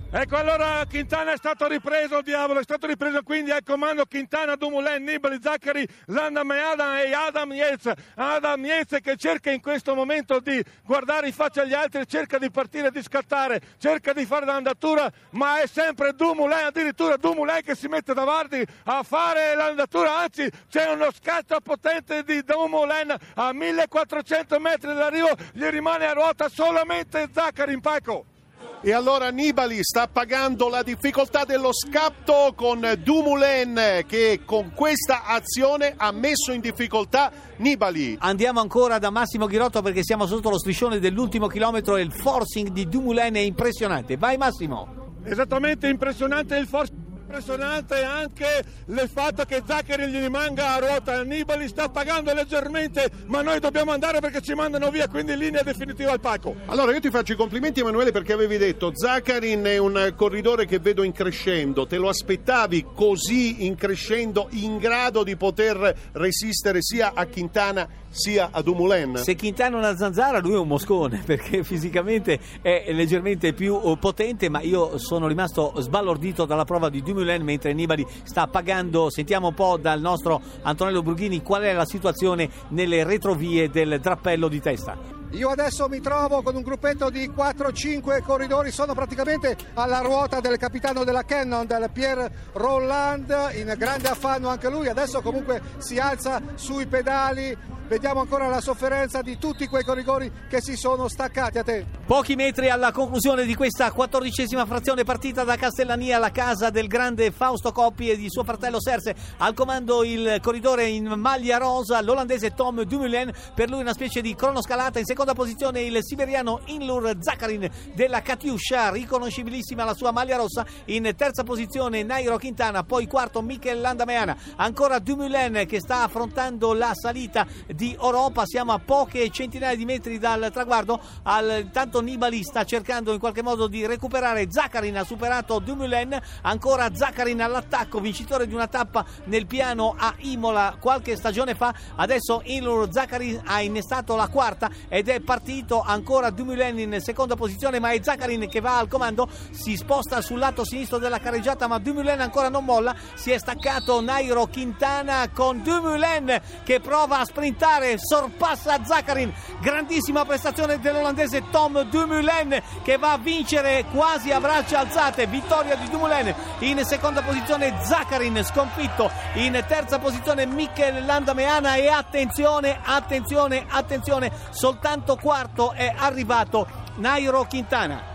Ecco, allora Quintana è stato ripreso, diavolo, è stato ripreso, quindi al comando Quintana, Dumoulin, Nibali, Zaccari, Landa Meada e Adam Yates che cerca in questo momento di guardare in faccia agli altri, cerca di partire, di scattare, cerca di fare l'andatura, ma è sempre Dumoulin, addirittura Dumoulin che si mette davanti a fare l'andatura, anzi c'è uno scatto potente di Dumoulin a 1400 metri dall'arrivo, gli rimane a ruota solamente Zaccari in palco. E allora Nibali sta pagando la difficoltà dello scatto con Dumoulin che con questa azione ha messo in difficoltà Nibali. Andiamo ancora da Massimo Ghirotto perché siamo sotto lo striscione dell'ultimo chilometro e il forcing di Dumoulin è impressionante. Vai Massimo. Esattamente, impressionante il forcing. Impressionante anche il fatto che Zaccari gli rimanga a ruota. Nibali sta pagando leggermente, ma noi dobbiamo andare perché ci mandano via, quindi linea definitiva al palco. Allora io ti faccio i complimenti Emanuele perché avevi detto Zaccari è un corridore che vedo in crescendo. Te lo aspettavi così in crescendo, in grado di poter resistere sia a Quintana sia a Dumoulin? Se Quintana è una zanzara, lui è un moscone perché fisicamente è leggermente più potente, ma io sono rimasto sbalordito dalla prova di Dumoulin mentre Nibali sta pagando. Sentiamo un po' dal nostro Antonello Brughini qual è la situazione nelle retrovie del drappello di testa. Io adesso mi trovo con un gruppetto di 4-5 corridori, sono praticamente alla ruota del capitano della Cannon, del Pierre Rolland, in grande affanno anche lui, adesso comunque si alza sui pedali, vediamo ancora la sofferenza di tutti quei corridori che si sono staccati. A te. Pochi metri alla conclusione di questa 14ª frazione partita da Castellania, la casa del grande Fausto Coppi e di suo fratello Serse, al comando il corridore in maglia rosa, l'olandese Tom Dumoulin, per lui una specie di cronoscalata. In seconda posizione il siberiano Ilnur Zakarin della Katyusha, riconoscibilissima la sua maglia rossa. In terza posizione Nairo Quintana, poi quarto Mikel Landa Meana, ancora Dumoulin che sta affrontando la salita di Europa, siamo a poche centinaia di metri dal traguardo. Tanto Nibali sta cercando in qualche modo di recuperare. Zakarin ha superato Dumoulin, ancora Zakarin all'attacco, vincitore di una tappa nel piano a Imola qualche stagione fa. Adesso Ilnur Zakarin ha innestato la quarta ed è partito. Ancora Dumoulin in seconda posizione, ma è Zakarin che va al comando, si sposta sul lato sinistro della carreggiata, ma Dumoulin ancora non molla. Si è staccato Nairo Quintana con Dumoulin che prova a sprintare, sorpassa Zakarin. Grandissima prestazione dell'olandese Tom Dumoulin che va a vincere quasi a braccia alzate. Vittoria di Dumoulin. In seconda posizione Zakarin sconfitto, in terza posizione Mikel Landa Meana e attenzione, soltanto quarto è arrivato Nairo Quintana.